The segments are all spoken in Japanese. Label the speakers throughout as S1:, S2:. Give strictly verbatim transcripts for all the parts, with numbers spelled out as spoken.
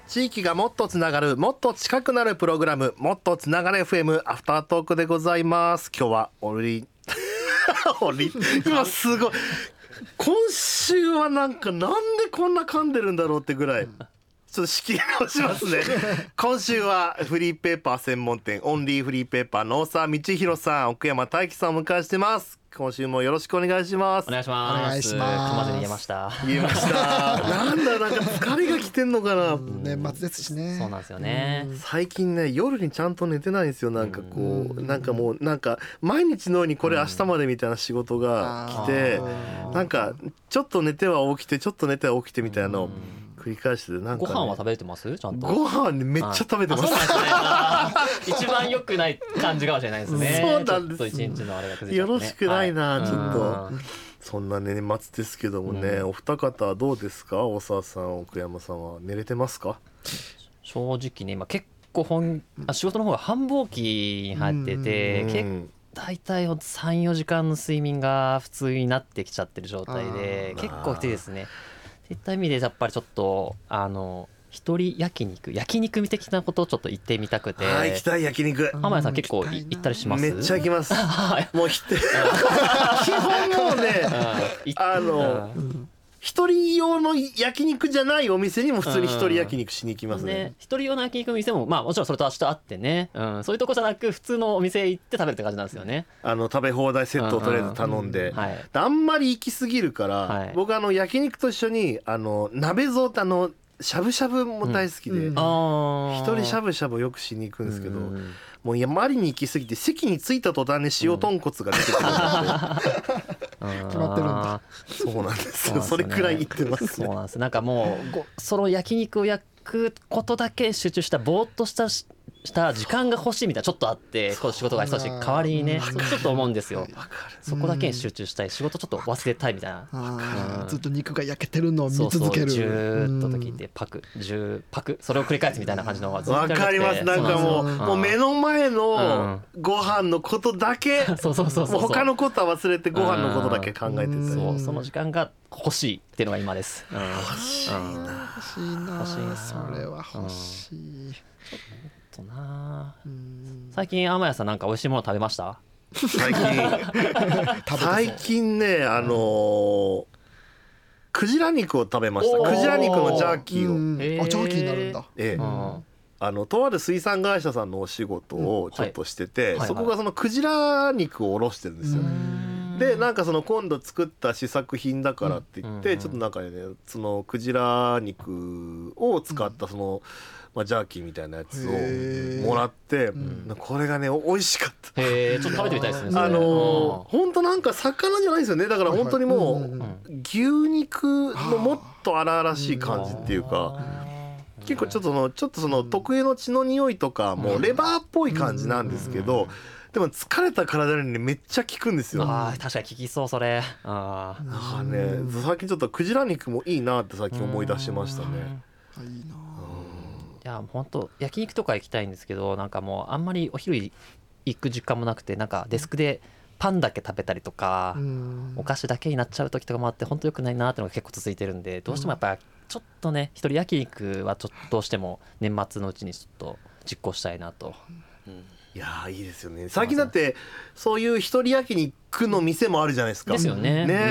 S1: 地域がもっとつながる、もっと近くなるプログラム、もっとつながる エフエム アフタートークでございます。今日はオリオリ今すごい、今週はなんかなんでこんな噛んでるんだろうってぐらい、ちょっと仕切り直しますね今週はフリーペーパー専門店オンリーフリーペーパーの大沢道弘さん、奥山大樹さんをお迎えしてます。今週もよろしくお願いします。
S2: お願いします。
S3: お願いします。
S2: 噛まずに言えました。
S1: 言えましたなんだ、なんか疲れが来てんのかな。
S3: 年末ですしね。
S2: そうなんですよね。
S1: 最近ね、夜にちゃんと寝てないんですよ。なんかこう、なんかもうなんか毎日のようにこれ明日までみたいな仕事が来て、なんかちょっと寝ては起きて、ちょっと寝ては起きてみたいなのを繰り返してて、なんか、ね、
S2: ご飯は食べてますちゃんと。
S1: ご飯ね、めっちゃ食べてます。
S2: 一番良くない感じかもしれないですね。
S1: そうなんです。
S2: ちょっと一日のあれが崩れちゃってね、
S1: よろしくないな、はい、ちょっと。そんなね、年末ですけどもね、うん、お二方はどうですか。大沢さん、奥山さんは寝れてますか。
S2: 正直ね、今結構本あ仕事の方が繁忙期に入ってて、うん、結大体さんよじかんの睡眠が普通になってきちゃってる状態で、結構きついですね。そういった意味でやっぱりちょっとあの一人焼肉焼肉的なことをちょっと言ってみたくて。
S1: はい、行きたい。焼肉
S2: 浜谷さん結構行ったりします。
S1: めっちゃ行きますもうひて基本もうねあの一人用の焼肉じゃないお店にも普通に一人焼肉しに行きますね。ね、一
S2: 人用の焼肉の店もまあもちろんそれと明日あってね、うん、そういうとこじゃなく普通のお店行って食べるって感じなんですよね。
S1: あの食べ放題セットをとりあえず頼んで、あんまり行き過ぎるから、はい、僕あの焼肉と一緒にあの鍋蔵ってあのしゃぶしゃぶも大好きで、うん、一人しゃぶしゃぶをよくしに行くんですけど、うん、もう山りに行き過ぎて席に着いた途端に塩豚骨が出てくるので、
S3: うん、決まってるんだ。
S1: そうなんですよ。それくらい行ってますね。
S2: そうなんです。なんかもうごその焼肉を焼くことだけ集中したぼーっとしたした時間が欲しいみたいなちょっとあって、こう仕事が忙しい代わりにね、ちょっと思うんですよ。そこだけに集中したい、仕事ちょっと忘れたいみたいな、
S3: うん、ずっと肉が焼けてるのを見続ける。そうそう、じゅーっと時でパクじゅうパクそれを繰り返すみたいな感じのがずっと
S1: わかります。なんかもう、もう目の前のご飯のことだけ、
S2: そうそうそうそう、
S1: 他のことは忘れてご飯のことだけ考えてたり、
S2: そう、その時間が欲しいっていうのが今です。
S1: うん、欲しいな、
S3: 欲しいな、欲しいな、それは欲しい。
S2: ちょっとな。最近天谷さんなんか美味しいもの食べました？
S1: 最近最近ね、あのー、クジラ肉を食べました。クジラ肉のジャーキーを、
S3: えー、あ、ジャーキーになるんだ。ええ、うん、
S1: あのとある水産会社さんのお仕事をちょっとしてて、うん、はい、そこがそのクジラ肉を卸してるんですよ。でなんかその今度作った試作品だからって言って、うん、ちょっとなんかね、そのクジラ肉を使ったその、まあ、ジャーキーみたいなやつをもらって、うん、これがね美味しかった。
S2: へー、ちょっと食べてみたいですね。
S1: あのー、本当なんか魚じゃないですよね。だから本当にもう牛肉のもっと荒々しい感じっていうか、結構ちょっとそのちょっとその特有の血の匂いとかもレバーっぽい感じなんですけど、でも疲れた体にめっちゃ効くんですよ。
S2: あ、確かに効きそうそれ。あ
S1: あ、ね、最近ちょっとクジラ肉もいいなって最近思い出しましたね。
S3: あ、いいな。
S2: いや本当焼肉とか行きたいんですけど、なんかもうあんまりお昼行く時間もなくて、なんかデスクでパンだけ食べたりとかお菓子だけになっちゃう時とかもあって、本当良くないなってのが結構続いてるんで、どうしてもやっぱりちょっとね、一人焼肉はちょっとどうしても年末のうちにちょっと実行したいなと。うん、
S1: いやいいですよね。最近だってそういう一人焼肉の店もあるじゃないですか。
S2: ですよね。ね、
S1: うん、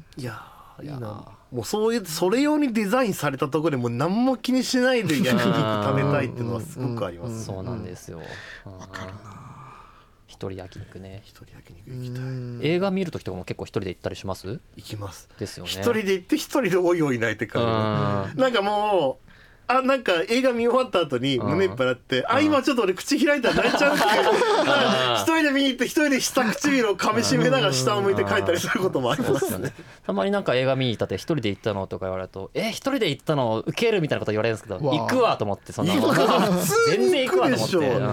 S1: いやいいな。もうそういうそれ用にデザインされたところでもう何も気にしないで焼肉食べたいっていうのはすごくあります。
S2: そうなんですよ。
S3: わかるな。
S2: 一人焼肉ね。
S1: 一人焼肉行きたい。
S2: 映画見るときとかも結構一人で行ったりします？
S1: 行きます。
S2: ですよね。
S1: 一人で行って一人でおいおい泣いてから、なんかもう。あ、なんか映画見終わった後に胸いっぱいになって、あ、今ちょっと俺口開いたら泣いちゃうっていう一人で見に行って一人で下唇を噛みしめながら下を向いて帰ったりすることもありますよね。
S2: たまになんか映画見に行ったって一人で行ったのとか言われると、え、一人で行ったの受けるみたいなこと言われるんですけど、行くわと思って、そんな全然行くわと思って、うん、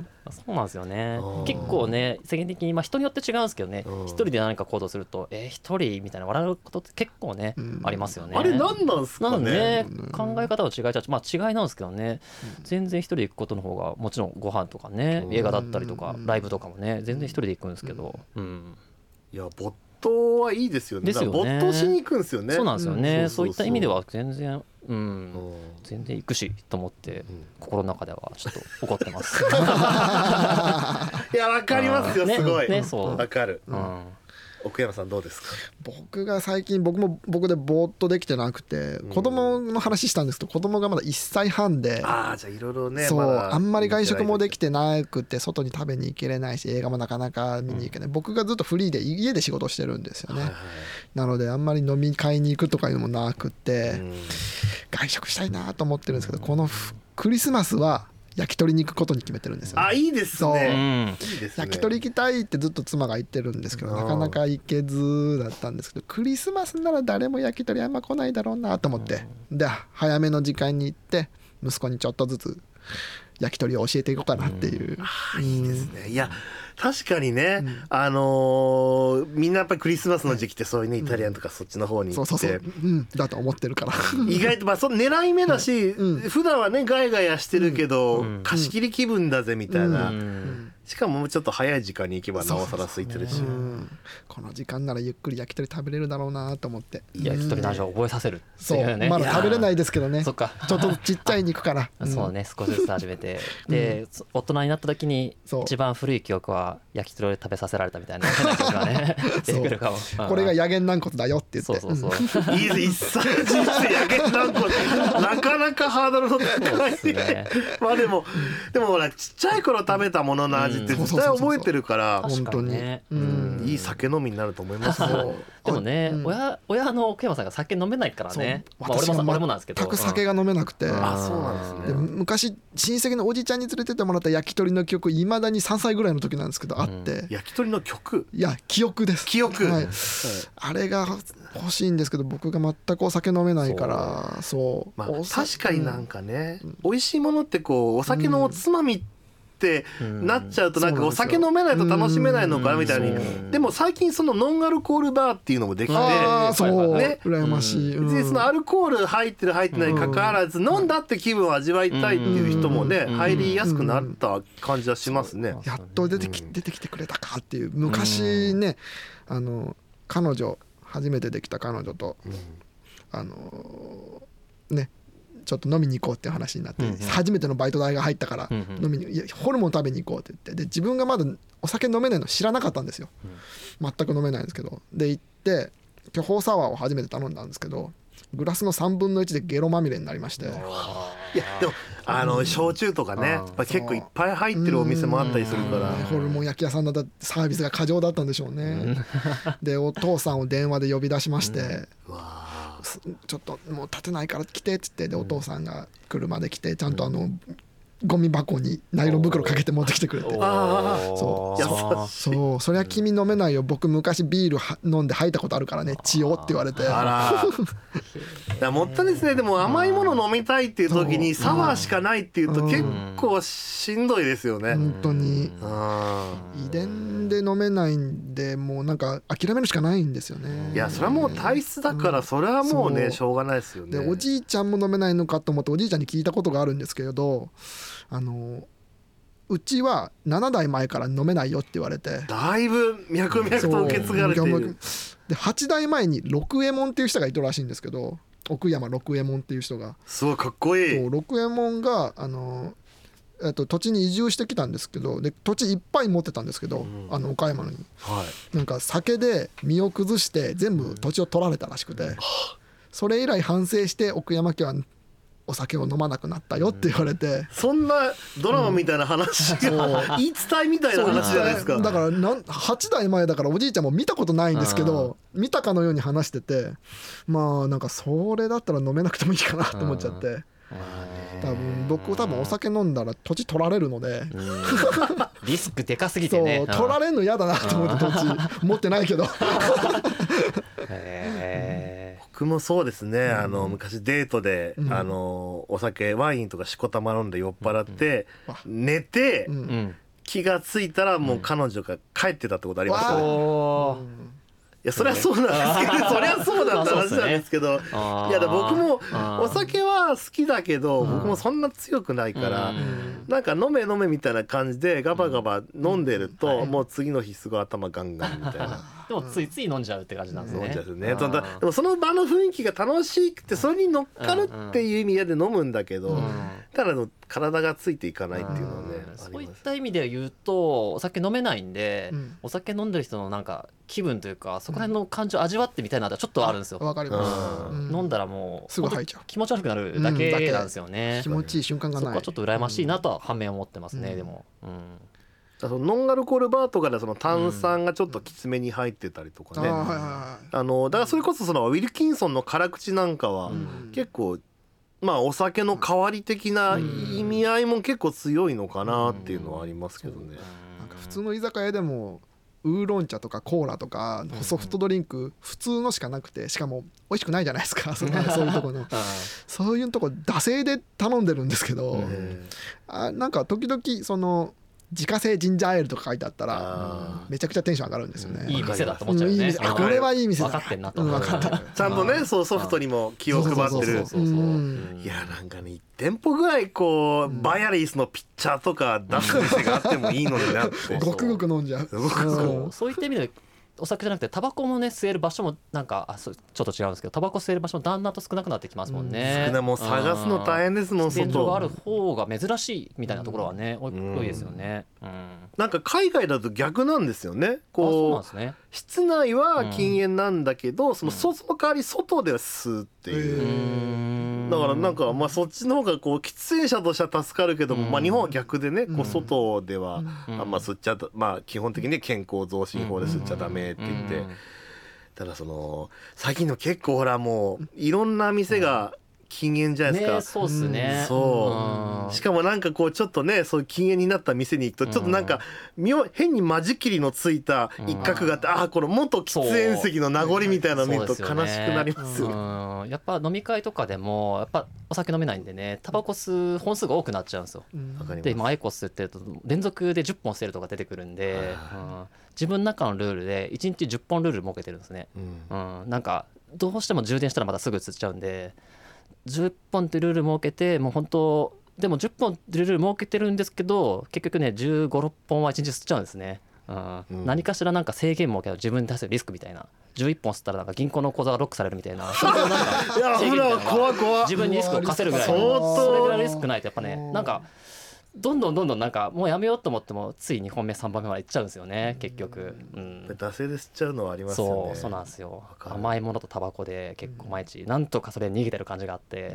S2: そうなんですよね。結構ね、世間的にまあ人によって違うんですけどね、一人で何か行動すると、えー、一人みたいな笑うことって結構ね、ありますよね。
S1: あれ何なんですかね。
S2: 考え方の違いじゃ、まあ違いなんですけどね、全然一人で行くことの方がもちろんご飯とかね、映画だったりとかライブとかもね、全然一人で行くんですけど、うん、
S1: いやぼっ頭はいいですよね。
S2: ですよね。
S1: 没頭しに行くんですよね。
S2: そうなんですよね、
S1: うん、
S2: そういった意味では全然、うん、
S1: うん、
S2: 全然行くしと思って、
S1: うん、
S2: 心の中ではちょっと怒ってます
S1: いやわかりますよ、すごい、
S2: ねね、そう
S1: わかる、
S2: うん、
S1: 奥山さんどうですか？
S3: 僕が最近僕も僕でぼーっとできてなくて、
S1: うん、
S3: 子供の話したんですけど子供がまだいっさいはんで、
S1: ああじゃあいろいろね、
S3: そう、
S1: まだ
S3: あんまり外食もできてなくて外に食べに行けれないし映画もなかなか見に行けない、うん、僕がずっとフリーで家で仕事してるんですよね、はいはい、なのであんまり飲み会に行くとかいうのもなくて、うん、外食したいなと思ってるんですけど、このクリスマスは焼き鳥に行くことに決めてるんですよ、ね、
S1: あ、いいですね、
S3: そう、いいですね、焼き鳥行きたいってずっと妻が言ってるんですけど、なかなか行けずだったんですけど、クリスマスなら誰も焼き鳥あんま来ないだろうなと思って、で早めの時間に行って息子にちょっとずつ焼き鳥を教えていこうかなっていう、
S1: うん、あ、いいですね。いや確かにね、うん、あのー、みんなやっぱりクリスマスの時期ってそういうね、イタリアンとかそっちの方に行って、
S3: そうそうそう、うん、だと思ってるから
S1: 意外とまあその狙い目だし、うん、普段はねガヤガヤしてるけど、うん、貸し切り気分だぜみたいな、うん、しかももうちょっと早い時間に行けばなおさら空いてるし、そうそうそう、うん、
S3: この時間ならゆっくり焼き鳥食べれるだろうなと思って、
S2: 焼き鳥の味を覚えさせるっていうね、
S3: そうまだ食べれないですけどね、
S2: そっか
S3: ちょっとちっちゃい肉から、
S2: うん、そうね、少しずつ始めてで、うん、大人になった時に一番古い記憶は焼き鳥を食べさせられたみたいな変な記憶がね出てくるかも。
S3: これが野源軟骨だよって言って、
S2: そうそうそう、
S1: いいです、一歳人生野源軟骨なかなかハードルの高い、ね、まあでもでもほらちっちゃい頃食べたものの味って絶対覚えてるから、
S3: 本当に、
S1: うん、いい酒飲みになると思いますよ
S2: でもね、うん、親, 親の奥山さんが酒飲めないからね、まあ、俺も俺もなんですけど、
S3: 全く酒が飲めなくて、うん、
S1: あ、そうなんですね。
S3: で昔親戚のおじちゃんに連れてってもらった焼き鳥の記憶いまだにさんさいぐらいの時なんですけど、うん、あって、
S1: 焼き鳥の曲、
S3: いや記憶です、
S1: 記憶、はい、
S3: あれが欲しいんですけど僕が全くお酒飲めないから、そう、
S1: まあ、確かになんかね、うん、美味しいものってこうお酒のおつまみってってなっちゃうとなんかお酒飲めないと楽しめないのかなみたいに、でも最近そのノンアルコールバーっていうのもできて、
S3: あ、そうね、羨ましい、
S1: 別にそのアルコール入ってる入ってないにかかわらず飲んだって気分を味わいたいっていう人もね入りやすくなった感じはしますね。
S3: やっと出てき、出てきてくれたかっていう。昔ね、あの彼女初めてできた彼女と、あのねちょっと飲みに行こうっていう話になって、うんうん、初めてのバイト代が入ったから飲みに、いやホルモン食べに行こうって言って、で自分がまだお酒飲めないの知らなかったんですよ、うん、全く飲めないんですけど、で行って巨峰サワーを初めて頼んだんですけどグラスのさんぶんのいちでゲロまみれになりまして、いや
S1: でもあの焼酎とかね、やっぱ結構いっぱい入ってるお店もあったりするから、
S3: ホルモン焼き屋さんだったサービスが過剰だったんでしょうねでお父さんを電話で呼び出しまして、うん、ちょっともう立てないから来てっつって、でお父さんが車で来てちゃんとあのゴミ箱にナイロン袋かけて持ってきてくれて、
S1: ああ
S3: そうそうそう、そりゃ君飲めないよ、僕昔ビールは飲んで吐いたことあるからね、血をって言われて、
S1: あらだもったいですね。でも甘いもの飲みたいっていう時にサワーしかないっていうと結構しんどいですよね、
S3: 本当に。遺伝で飲めないんでもうなんか諦めるしかないんですよね。
S1: いやそれはもう体質だからそれはもうね、うん、しょうがないですよね。
S3: でおじいちゃんも飲めないのかと思っておじいちゃんに聞いたことがあるんですけれど、あのうちはななだいまえから飲めないよって言われて、
S1: だいぶ脈々と受け継がれている。
S3: ではちだいまえに六右衛門っていう人がいたらしいんですけど、奥山六右衛門っていう人が
S1: すごいかっこいい。
S3: そう六右衛門があのえっと土地に移住してきたんですけど、で土地いっぱい持ってたんですけど、うん、あの岡山に、はい、なんか酒で身を崩して全部土地を取られたらしくて、うん、それ以来反省して奥山家はお酒を飲まなくなったよって言われて、うん、
S1: そんなドラマみたいな話が、うん、言い伝えみたいな話じゃないですか。
S3: だからなんはちだいまえだからおじいちゃんも見たことないんですけど見たかのように話してて、まあなんかそれだったら飲めなくてもいいかなと思っちゃって、多分僕多分お酒飲んだら土地取られるので
S2: リスクでかすぎてね、
S3: そう取られるの嫌だなと思って土地持ってないけど
S2: へ
S1: 僕もそうですね、うん、あの昔デートで、うん、あのお酒ワインとかしこたま飲んで酔っ払って、うん、寝て、うん、気がついたらもう彼女が帰ってたってことありましたね、うんいやそりゃそうなんですけど、そりゃそうだった話なんですけど、いやだ僕もお酒は好きだけど僕もそんな強くないから、 なんか飲め飲めみたいな感じでガバガバ飲んでると、うんはい、もう次の日すごい頭ガンガンみたいな
S2: でもついつい飲んじゃうって感じなんですね。
S1: 飲んじゃうね。でもその場の雰囲気が楽しくてそれに乗っかるっていう意味で飲むんだけど、うんうん、ただの体がついていかないっていうのはね、うん、
S2: そういった意味で言うとお酒飲めないんで、うん、お酒飲んでる人のなんか気分というかそこら辺の感情を味わってみたいなのはちょっとあるんですよ。
S3: わかります、
S2: うん、飲んだらもう
S3: すぐ吐いちゃう
S2: 気持ち悪くなるだけなんですよね、
S3: うん、気持ちいい瞬間がない。
S2: そこはちょっと羨ましいなとは反面思ってますね、うん、でも、うん
S1: そのノンアルコールバーとかでその炭酸がちょっときつめに入ってたりとかね、うん、あのだからそれこそそのウィルキンソンの辛口なんかは結構まあお酒の代わり的な意味合いも結構強いのかなっていうのはありますけどね。
S3: なんか普通の居酒屋でもウーロン茶とかコーラとかソフトドリンク普通のしかなくてしかも美味しくないじゃないですかそのそういうとこのそういうとこ惰性で頼んでるんですけど、あなんか時々その自家製ジンジャーエールとか書いてあったらめちゃくちゃテンション上がるんですよね、
S2: うん、いい店だと思っちゃうよね。いい
S3: あこれはいい店だ
S2: 分かってんなと、うん、
S3: 分かった
S1: ちゃんとねそうソフトにも気を配ってる。いやなんかねいち店舗ぐらいこう、うん、バヤリスのピッチャーとか出す店があってもいいのになって
S3: ごくごく飲んじゃう。
S2: そうそういった意味でお酒じゃなくてタバコもね吸える場所もなんかあそうちょっと違うんですけどタバコ吸える場所もだんだんと少なくなってきますもんね、
S1: うん、少ないもう探すの大変ですもん。
S2: 喫煙所がある方が珍しいみたいなところはね、うん、多いですよね、うん、
S1: なんか海外だと逆なんですよね。こう、あ、そうなんですね。室内は禁煙なんだけど、うん、そのその代わり外で吸うっていう、うん、だからなんかまあそっちの方がこう喫煙者としては助かるけども、うん、まあ日本は逆でねこう外では、うん、あんま吸っちゃまあ基本的に健康増進法で吸っちゃダメって言って、うん、ただその最近の結構ほらもういろんな店が禁煙じゃないですか、
S2: ね、そうっすね、
S1: そう、うん、しかもなんかこうちょっとねそういう禁煙になった店に行くとちょっとなんか妙変に間仕切りのついた一角があって、うん、ああこの元喫煙席の名残みたいなの見ると悲しくなりますよね。
S2: うん、やっぱ飲み会とかでもやっぱお酒飲めないんでねタバコ吸う本数が多くなっちゃうんですよ、うん、で今アイコスってると連続でじゅっぽん吸えるとか出てくるんで、うん、自分の中のルールでいちにちじゅっぽんルール設けてるんですね、うんうん、なんかどうしても充電したらまたすぐ吸っちゃうんでじゅっぽんってルール設けてもう本当でもじゅっぽんってルール設けてるんですけど結局ねじゅうご、ろっぽんはいちにち吸っちゃうんですね、うんうん、何かしらなんか制限設ける自分に対するリスクみたいなじゅういっぽん吸ったらなんか銀行の口座がロックされるみたいなそういうなんか
S1: いやほら怖怖
S2: 自分にリスクを課せるぐらいのそれぐらいリスクないとやっぱねなんかどんどんどんどんなんかもうやめようと思ってもついにほんめさんばんめまでいっちゃうんですよね結局、うん、
S1: 惰性で吸っちゃうのはありますよね。
S2: そうそうなんですよ。甘いものとタバコで結構毎日なんとかそれ逃げてる感じがあって、うん、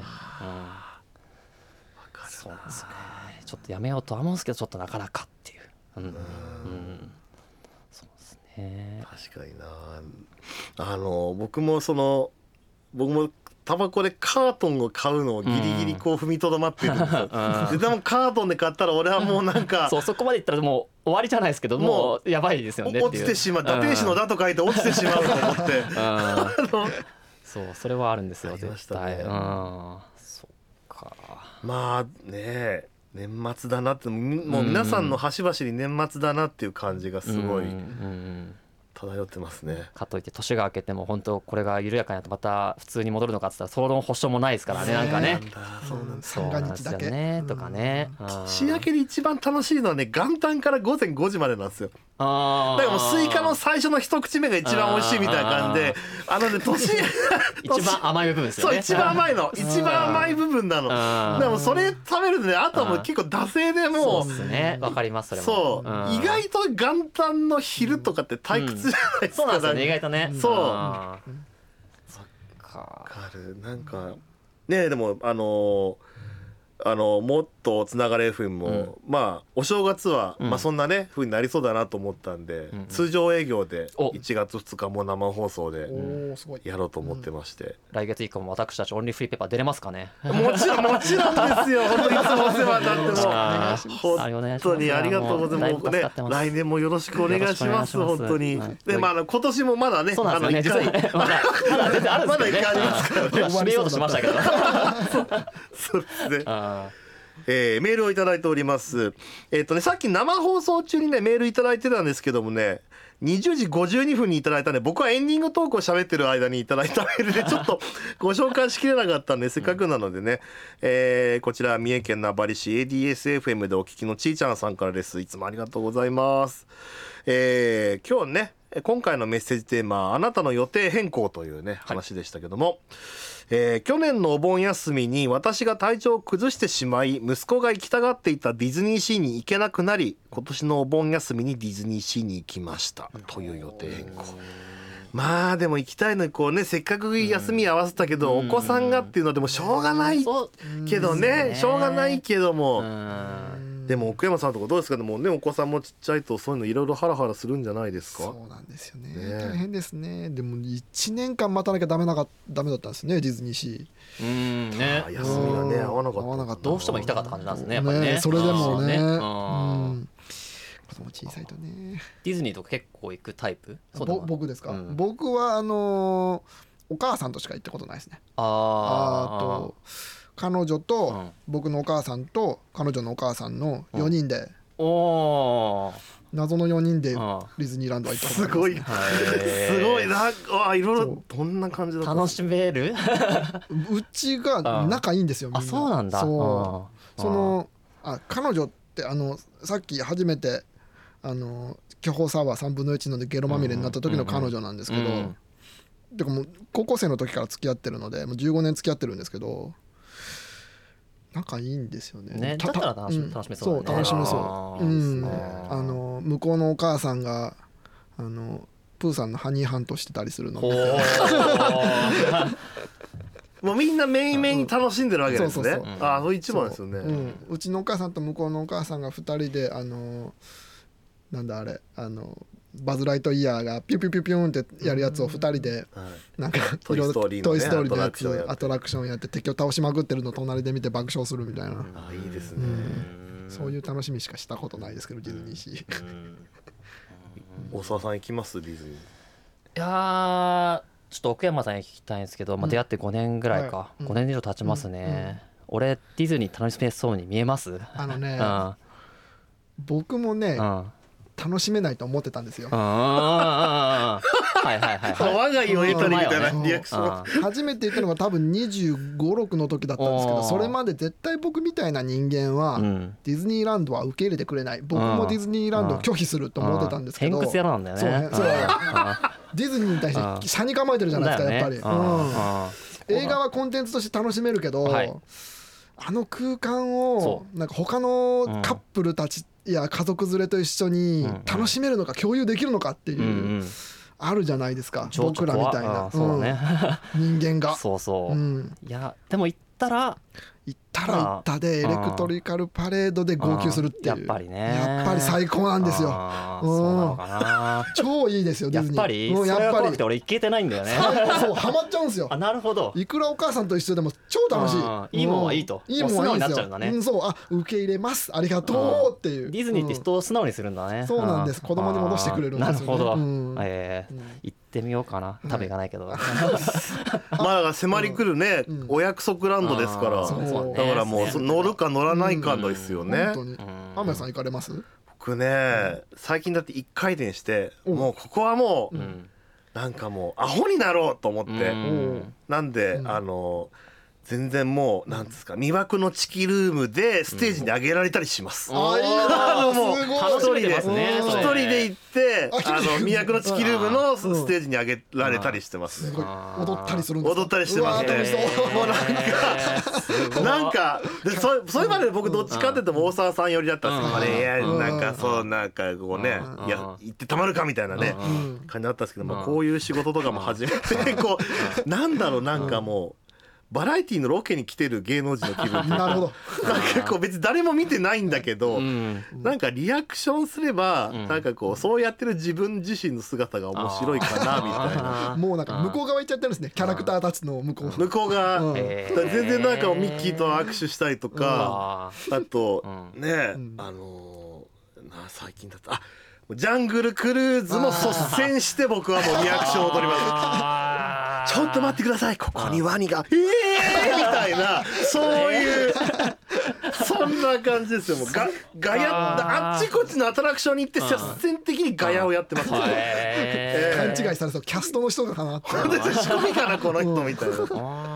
S2: そうなんですよね。ちょっとやめようとは思うんですけどちょっとなかなかっていう、うんうんうん、そうですね。
S1: 確かになあの僕もその僕もタバコでカートンを買うのをギリギリこう踏みとどまってるんですよ、うん、でもカートンで買ったら俺はもうなんか
S2: そうそこまでいったらもう終わりじゃないですけどもうやばいですよねっていう
S1: 落ちてしまう打天使の打と書いて落ちてしまうと思って、
S2: うん、そうそれはあるんですよ絶対、ね、うん、そっか
S1: まあね年末だなってもう皆さんの端々に年末だなっていう感じがすごい、うんうんうん漂ってますね。
S2: かといって年が明けても本当これが緩やかになってまた普通に戻るのかって言ったらその保証もないですからねなんかね。
S3: そうなんです
S2: そうなんですよねとかね。
S1: 年明けで一番楽しいのはね元旦から午前ごじまでなんですよ。あだからもうスイカの最初の一口目が一番美味しいみたいな感じであのね年
S2: 一番甘い部分ですよね。
S1: そう一番甘いの一番甘い部分なの。でもそれ食べるとねあとはもう結構惰性でもう
S2: そうですねわかりますそれも。
S1: そう意外と元旦の昼とかって退屈じゃないですか。
S2: そうなんですよね意外とね。
S1: そうそっかるなんかねでもあのーあのもっとつながれ エフエム も、うん、まあお正月は、うんまあ、そんなね風になりそうだなと思ったんで、うん、通常営業でいちがつふつかも生放送でやろうと思ってまして、うん、
S2: 来月以降も私たちオンリーフリーペーパー出れますかね。
S1: もちろんもちろんですよ本当にいつもお世話になっても本当にありがとうございますね来年もよろしくお願いします本当に、はい、でまあ今年もまだね
S2: そうなんですよね実はまだまだ全然あるんですけどね
S1: まだいっかいありますからね
S2: 締めようとしましたけど
S1: そうですねえー、メールをいただいております。えっとねさっき生放送中にねメールいただいてたんですけどもね、にじゅうじごじゅうにふんにいただいたんで、僕はエンディングトークを喋ってる間にいただいたメールでちょっとご紹介しきれなかったんで、せっかくなのでね、えー、こちら三重県名張市 エーディーエスエフエム でお聞きのちーちゃんさんからです。いつもありがとうございます。えー、今日ね今回のメッセージテーマ、あなたの予定変更というね話でしたけども、はい、えー、去年のお盆休みに私が体調を崩してしまい、息子が行きたがっていたディズニーシーに行けなくなり、今年のお盆休みにディズニーシーに行きましたという予定変更。まあでも行きたいのにこうね、せっかく休み合わせたけど、お子さんがっていうのはでもしょうがないけどね、しょうがないけども、でも奥山さんとかどうですか。でもねお子さんもちっちゃいとそういうのいろいろハラハラするんじゃないですか。
S3: そうなんですよ ね, ね大変ですね。でもいちねんかん待たなきゃダメなかダメだったんですね、ディズニーシー。
S2: うんね、
S1: あ休みがね合わなかった。合わなかった。
S2: どうしても行きたかった感じなんですね、やっぱりね。
S3: ねそれでもね、
S2: ね、
S3: うん、子供小さいとね。
S2: ディズニーとか結構行くタイプ。そう
S3: ぼ僕ですか、
S2: うん、
S3: 僕はあのー、お母さんとしか行ったことないですね。
S2: あ
S3: あと彼女と僕のお母さんと彼女のお母さんのよにんで、
S2: うん、お
S3: 謎のよにんでディズニーランドは行ったことあります、ね、
S1: すごいすごいなあ、いろいろどんな感じだった。
S2: 楽しめる
S3: うちが仲いいんですよ、みんな。
S2: あ、そうなんだ。
S3: そうそのあ彼女ってあのさっき初めてあの巨峰サワーさんぶんのいちのでゲロまみれになった時の彼女なんですけど、うんうんうん、でももう高校生の時から付き合ってるのでもうじゅうごねん付き合ってるんですけど、仲いいんですよね。
S2: ね、だったら楽しめそうだね。
S3: そう楽しめそう。うん、あの向こうのお母さんがあのプーさんのハニーハントしてたりするので
S1: もうみんなめいめいに楽しんでるわけですね。
S3: そうそうそう、
S1: ああ、それ一番ですよね。
S3: う、うん、うちのお母さんと向こうのお母さんがふたりであのなんだあれあのバズ・ライトイヤーがピュピュピュピュンってやるやつをふたりでなんか
S1: トイ・ストーリーのね
S3: トイ・ストーリーのやつアトラクションやって敵を倒しまくってるのを隣で見て爆笑するみたいな。
S1: あ、いいですね、
S3: うん、そういう楽しみしかしたことないですけどディズニーシー。
S1: 大沢さん行きますディズニー。い
S2: やちょっと奥山さんに聞きたいんですけど、まあ、出会ってごねんぐらいか、はい、ごねん以上経ちますね、うんうん、俺ディズニー楽しめそうに見えます？
S3: あのね、
S2: うん、
S3: 僕もね、うん楽しめないと思ってたんですよ。はい
S2: はいはい、はい、
S1: 我が家を得たりみたいなリアクション。
S3: 初めて言ったのが多分にじゅうご、ろくの時だったんですけど、それまで絶対僕みたいな人間はディズニーランドは受け入れてくれない、僕もディズニーランドを拒否すると思ってたんですけど、
S2: 偏屈野郎なんだよね。
S3: そうね、そうディズニーに対して車に構えてるじゃないですか、やっぱり、うん、映画はコンテンツとして楽しめるけど、はい、あの空間をなんか他のカップルたちいや家族連れと一緒に楽しめるのか共有できるのかっていう、うんうん、あるじゃないですか、僕らみたいな、
S2: そうね、
S3: うん、人間が
S2: そうそう、うん、いやでも行ったら
S3: 行ったら行ったでエレクトリカルパレードで号泣するっていう、
S2: やっぱりね
S3: やっぱり最高なんですよ。
S2: そうなのかな
S3: 超いいですよディズニー。
S2: やっぱりそれが怖くて俺行けてないんだよね。
S3: そうハマっちゃうんですよ。
S2: あ、なるほど。
S3: いくらお母さんと一緒でも超楽しい。
S2: いいもんはいいと、
S3: いいもんはいいんですよ。
S2: 素直になっちゃうんだね。
S3: うん、そうあ受け入れますありがとうっていう。
S2: ディズニーって人を素直にするんだね。
S3: うん、そうなんです。子供に戻してくれるんですよ、ね。
S2: なるほど。
S3: うん、
S2: えーうん、行ってみようかな。食べがないけど。
S1: まあだから迫り来るね、うん、お約束ランドですから。
S2: そうそうね、
S1: だからもう乗るか乗らないかのですよね。
S3: 本当に。天谷さん行かれます？
S1: 僕ね、最近だって一回転して、もうここはもう、うん、なんかもうアホになろうと思って、うん、なんで、うん、あの全然もうなんですか魅惑のチキルームでステージに上げられたりします。
S3: ああ、もう
S2: 楽しめてますね。
S1: 一人で行ってあの魅惑のチキルームのステージに上げられたりしてます。
S3: すごい踊ったりするんですか？
S1: 踊ったりしてますね。もうなんかなんかでそそれまで僕どっちかっていうと大沢さん寄りだったんですけどね。いやなんかそうなんかこうねいや行ってたまるかみたいなね感じだったんですけども、こういう仕事とかも始めてこうなんだろうなんかもう。バラエティのロケに来てる芸能人の気分
S3: なるほど。
S1: なんかこう別に誰も見てないんだけど、うん、なんかリアクションすれば、うん、なんかこうそうやってる自分自身の姿が面白いかなみたいな。
S3: もうなんか向こう側行っちゃってるんですね、キャラクターたちの向こう
S1: 向こうが、うん、全然なんかミッキーと握手したりとか、うん、あと、うん、ね、うん、あのー、な最近だったあジャングルクルーズも率先して僕はもうリアクションを取ります。ちょっと待ってくださいここにワニがえーみたいなそういうそうそんな感じですよ。もうガガヤあっちこっちのアトラクションに行って率先的にガヤをやってます、ね
S3: えー、勘違いされそう、キャストの人かなって仕
S1: 込みかなこの人みたいな。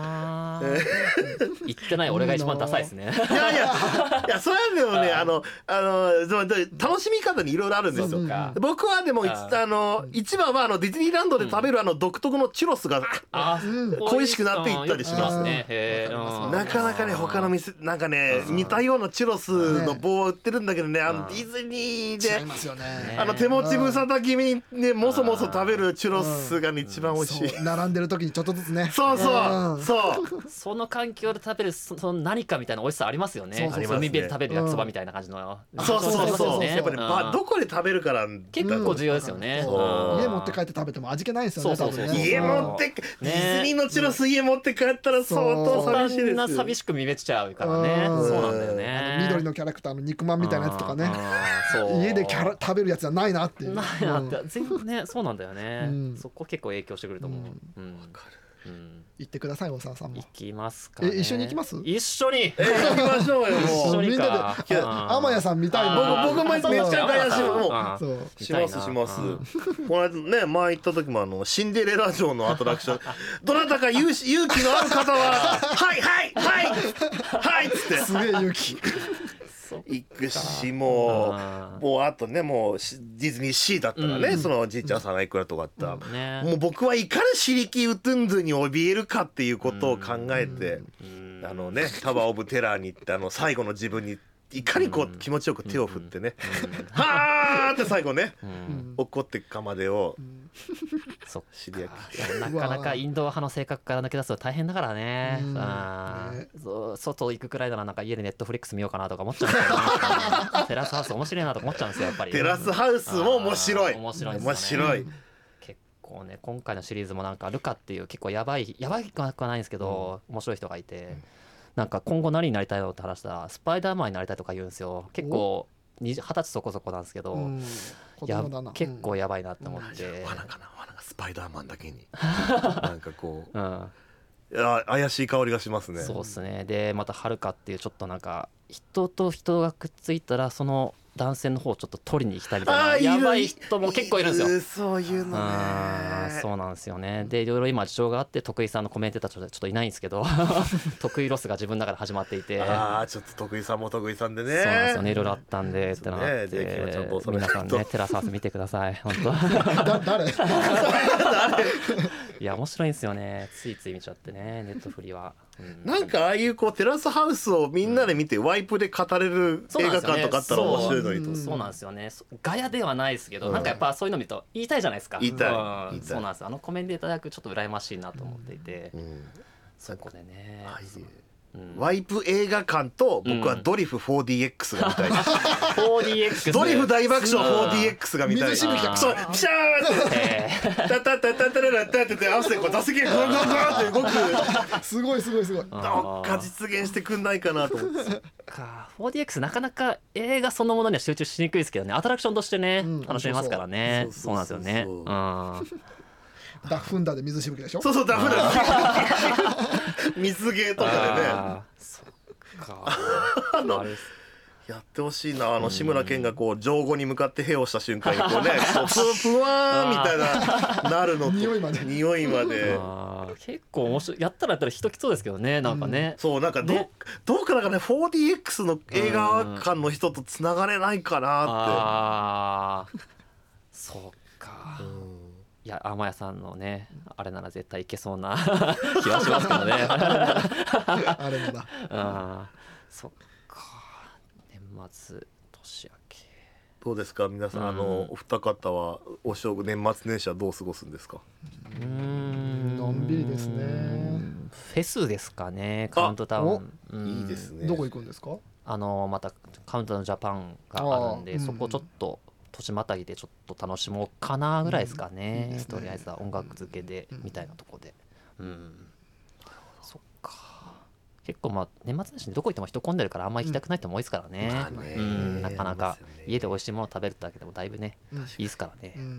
S2: 言ってない俺が一番ダサいですね。
S1: いやいやいや、それはでもね、あのあの楽しみ方にいろいろあるんですよ。僕はでもあの一番はあのディズニーランドで食べるあの独特のチュロスが恋しくなっていったりしますね。なかなかね他の店なんかね似たようなチュロスの棒を売ってるんだけどね、あのディズニーであの手持ち無沙汰気味にねもそもそ食べるチュロスが一番美味しい。
S3: 並んでる時にちょっとずつね。
S1: そうそうそう。
S2: その環境で食べるその何かみたいな美味しさありますよね。海辺で食べる焼きそばみたいな感じの。
S1: そうそうそう。やっぱりどこで食べるから
S2: 結構重要ですよね。
S3: 家持って帰って食べても味気ないですよね。
S1: 家持ってディズニーのチュロス家持って帰ったら相当寂しいですよ。
S2: そんな寂しく見えちゃうからね。そうなんだよね。
S3: 緑のキャラクターの肉まんみたいなやつとかね。家でキャラ食べるやつじゃないなっていう。
S2: ないなって全然ねそうなんだよね。そこ結構影響してくると思う。
S3: 行ってください、大沢さんも。
S2: 行きますかね。
S3: え、一緒に行きます？
S2: 一緒に。
S1: 行きましょうよ。もう
S3: みんなで。天谷さん見たい
S1: の。僕僕もめっちゃガヤしも
S2: う
S1: しますします。この間ね前行った時もあのシンデレラ城のアトラクション。どなたか勇気のある方ははいはいはいはいっつって。
S3: すげえ勇気。
S1: 行くしもうもうあとねもうディズニーシーだったらね、うん、そのじいちゃんさんがいくらとかあったら、うんね、もう僕はいかにシリキ・ウトゥンドゥに怯えるかっていうことを考えて、うん、あのねタワー・オブ・テラーに行ってあの最後の自分にいかにこう気持ちよく手を振ってね、うん、はーって最後ね、うん、怒ってかまでを、うん、
S2: そ知り合いなかなかインド派の性格から抜け出すと大変だからね、うんあね外行くくらいならなんか家でネットフリックス見ようかなとか思っちゃうんですよ、ね、テラスハウス面白いなとか思っちゃうんですよやっぱり。
S1: テラスハウスも面白い
S2: 面白いですね。
S1: 面白い。
S2: 結構ね今回のシリーズもなんかルカっていう結構やばいやばいくはないんですけど、うん、面白い人がいて、うんなんか今後何になりたいのって話したらスパイダーマンになりたいとか言うんですよ。結構二十歳そこそこなんですけど、や結構やばいなって思って、
S1: うん、罠かな罠がスパイダーマンだけになんかこう、うん、いや怪しい香りがしますね。
S2: そうですね。でまたはるかっていうちょっとなんか人と人がくっついたらその男性の方をちょっと取りに行きたいみたいなやばい人も結構いるんですよ。
S1: そういうのね。
S2: そうなんですよね。でいろいろ今事情があって徳井さんのコメンテーターちょっといないんですけど徳井ロスが自分の中で始まっていて
S1: ああちょっと徳井さんも徳井さんでね。
S2: そうなんですよね。いろいろあったんでってなって、ね、皆さんねテラスハウス見てください本当
S3: 誰誰
S2: いや面白いんですよね。ついつい見ちゃってねネットフリは、
S1: うん、なんかああいうこうテラスハウスをみんなで見て、うん、ワイプで語れる映画館とかあったら面白いのにと。
S2: そうなんですよね。ガヤではないですけど、うん、なんかやっぱそういうの見ると言いたいじゃないですか。
S1: 言いたい、
S2: うん、そうなんですよ。あのコメンテーター役ちょっと羨ましいなと思っていて、うん、そこでね、
S1: うん、ワイプ映画館と僕はドリフ フォーディーエックス が見たいです、うん、
S2: フォーディーエックス
S1: ドリフ大爆笑 フォーディーエックス が見たいです。そうピシャーってタタタタタララタタって合わせてこう座席がゴンゴンゴンって動く
S3: すごいすごいすごい
S1: どっか実現してくんないかなと思って。
S2: か フォーディーエックス なかなか映画そのものには集中しにくいですけどねアトラクションとしてね、うん、楽しめますからね。そうなんですよね。うん
S3: ダフンダで水しぶきでしょ。
S1: そうそうダフンダ水芸とかでね。
S2: そっかあの
S1: やってほしいな。あの志村けんがこう上後に向かって屁をした瞬間にこうねこうふわーみたいななるのと
S3: 匂いまで
S1: 匂いまで
S2: あ結構面白い。やったらやったら人来そうですけどねなんかね、
S1: うん、そうなんか ど,、ね、どうかなんかね フォーディーエックス の映画館の人とつながれないかなって。
S2: あそうか、うんいや天谷さんのねあれなら絶対いけそうな気はしますけどね
S3: あれもだ
S2: あそっか年末年明け
S1: どうですか皆さん、うん、あのお二方はお正月年末年始はどう過ごすんですか。
S3: うーんのんびりですね。
S2: フェスですかねカウントダウン、
S1: うん、いいですね。
S3: どこ行くんですか。
S2: あのまたカウントダウンジャパンがあるんでそこちょっと年またぎでちょっと楽しもうかなぐらいですかね、うん、いいですね。とりあえずは音楽付けで、うん、みたいなとこで、うん、そっか結構まあ年末年始にどこ行っても人混んでるからあんま行きたくない人も多いですからね、うんまあねうん、なかなか家で美味しいもの食べるだけでもだいぶね、うん、いいですからね、うん、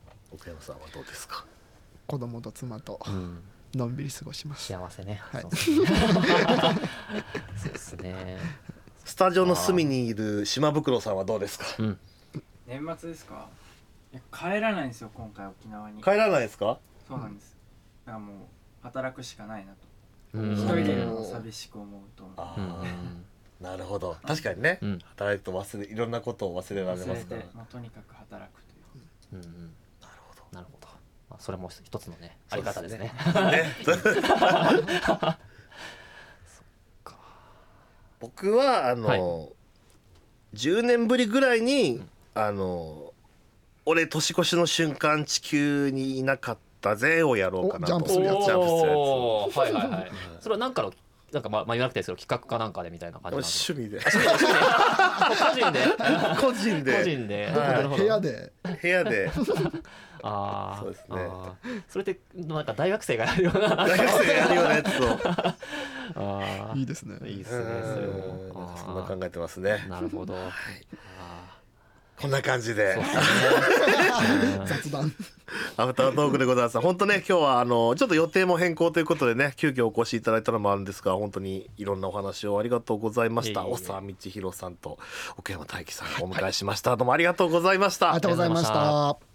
S1: 確かに確かに、うん、奥山さんはどうですか。
S3: 子供と妻と、うん、 のんびり過ごします。
S2: 幸せね、
S3: はい
S2: そうそうですね。
S1: スタジオの隅にいる島袋さんはどうですか？
S2: うん、
S4: 年末ですか？いや帰らないんですよ今回沖縄に。
S1: 帰らないですか？
S4: そうなんです。だからもう働くしかないなと。
S2: うん
S4: 一人でいるのを寂しく思うと。
S1: あ
S2: うんうん
S1: ーなるほど、確かにね、
S2: うん
S1: 働いてと忘れいろんなことを忘れられ
S4: 忘れ
S1: ますから。
S4: てもうとにかく働くという。
S2: うんうん、なるほどなるほど、まあ、それも一つのねあり方ですね。
S1: ね僕はあの、
S2: はい
S1: じゅうねんぶりぐらいに、
S2: うん
S1: あの俺年越しの瞬間地球にいなかったぜをやろうかなと思って
S3: おジャンプするやつ
S1: ジャンプするやつ
S2: おーはいはいはい。それは何かのなんかまあまあ言わなくていいですけど企画かなんかでみたいな感じなんです
S1: 趣味で
S2: か。個人で
S1: 個人で
S2: 個人で
S1: はい
S2: なるほど
S3: 部屋で
S1: 部屋で
S2: あー
S1: そうですね
S2: あーそれってなんか大学生がやるような
S1: 大学生がやるようなやつを
S2: あ
S3: いいですね。
S2: ーいいですねそれ
S1: うん
S2: も
S1: なんかそんな考えてますね。
S2: なるほど、あ
S1: こんな感じで
S2: ーそうですね
S3: 雑談。
S1: アフタートークでございます。本当ね今日はあのちょっと予定も変更ということでね急遽お越しいただいたのもあるんですが本当にいろんなお話をありがとうございました。
S2: いえいえいえ
S1: 長沢道弘さんと奥山大樹さんをお迎えしました。どうもありがとうございました。
S3: ありがとうございました。